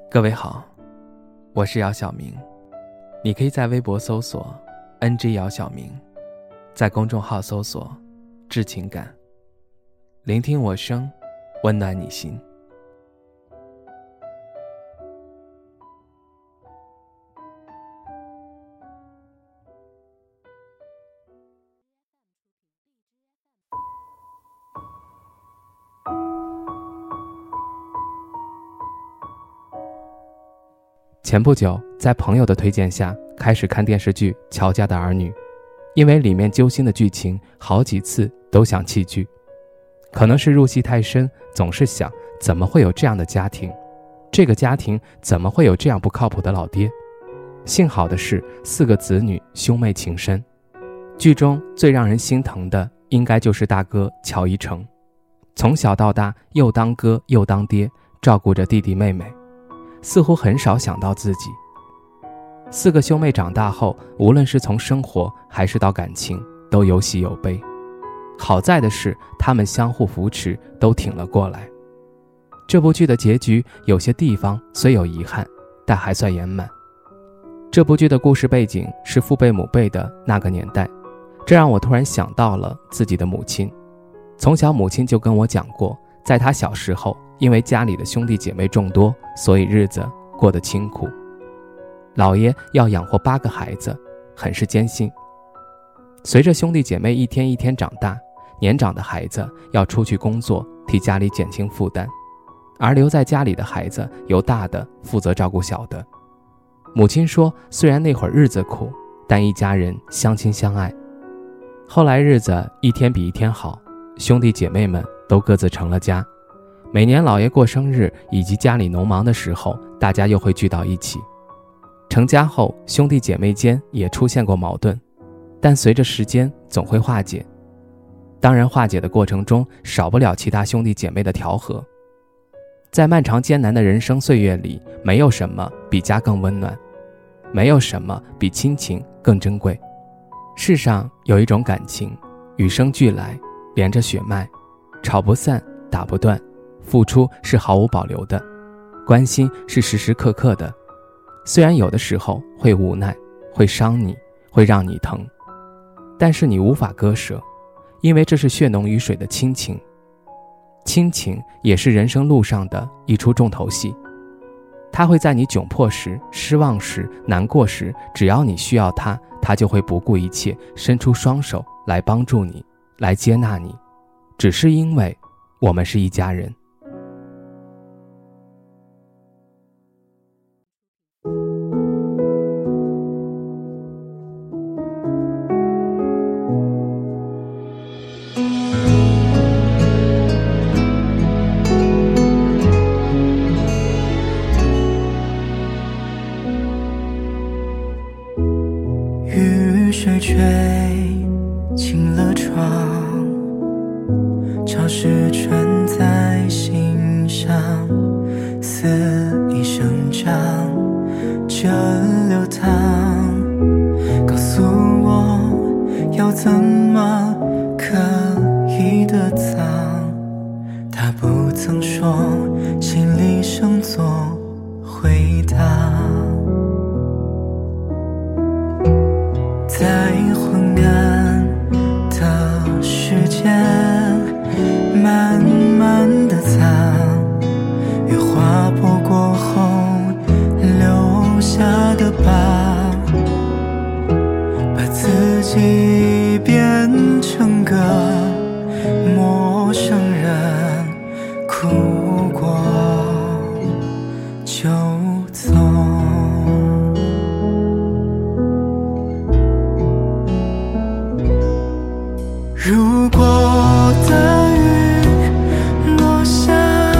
各位好，我是姚晓明，你可以在微博搜索 NG 姚晓明，在公众号搜索致情感，聆听我声，温暖你心。前不久，在朋友的推荐下，开始看电视剧《乔家的儿女》，因为里面揪心的剧情，好几次都想弃剧。可能是入戏太深，总是想，怎么会有这样的家庭？这个家庭怎么会有这样不靠谱的老爹？幸好的是，4个子女兄妹情深。剧中最让人心疼的，应该就是大哥乔一成，从小到大又当哥又当爹，照顾着弟弟妹妹。似乎很少想到自己。4个兄妹长大后，无论是从生活还是到感情，都有喜有悲。好在的是，他们相互扶持，都挺了过来。这部剧的结局有些地方虽有遗憾，但还算圆满。这部剧的故事背景是父辈母辈的那个年代，这让我突然想到了自己的母亲。从小母亲就跟我讲过，在她小时候，因为家里的兄弟姐妹众多，所以日子过得清苦。姥爷要养活8个孩子，很是艰辛。随着兄弟姐妹一天一天长大，年长的孩子要出去工作，替家里减轻负担，而留在家里的孩子由大的负责照顾小的。母亲说，虽然那会儿日子苦，但一家人相亲相爱。后来日子一天比一天好，兄弟姐妹们都各自成了家。每年姥爷过生日以及家里农忙的时候，大家又会聚到一起。成家后，兄弟姐妹间也出现过矛盾，但随着时间总会化解。当然，化解的过程中少不了其他兄弟姐妹的调和。在漫长艰难的人生岁月里，没有什么比家更温暖，没有什么比亲情更珍贵。世上有一种感情，与生俱来，连着血脉，吵不散，打不断，付出是毫无保留的，关心是时时刻刻的。虽然有的时候会无奈，会伤你，会让你疼，但是你无法割舍，因为这是血浓于水的亲情。亲情也是人生路上的一出重头戏，它会在你窘迫时、失望时、难过时，只要你需要它，它就会不顾一切伸出双手来帮助你，来接纳你，只是因为我们是一家人。 雨水吹进了窗，潮湿存在心上，肆意生长，这流淌，告诉我要怎么可以得藏。他不曾说，心里生作回答。在昏暗的时间，慢慢地藏，雨划破过后留下的疤，把自己变成个陌生人，哭过就走。如果的雨落下，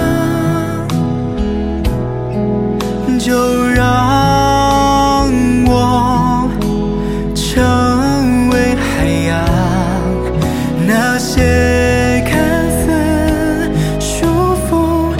就让我成为海洋。那些看似束缚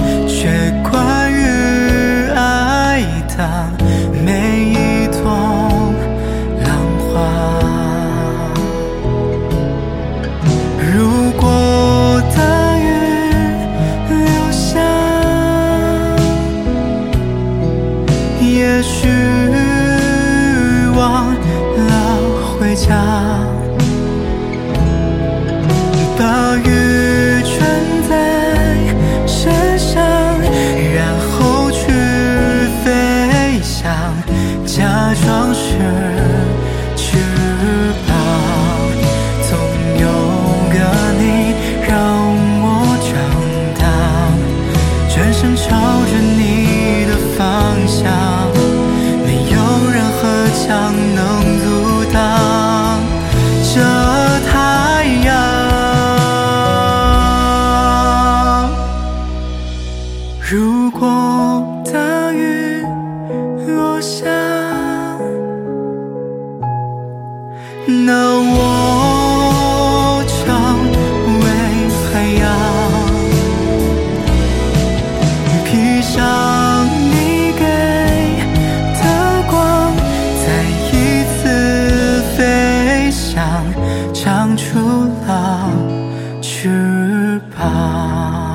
如果大雨落下，那我成为海洋，披上你给的光，再一次飞翔，长出了翅膀。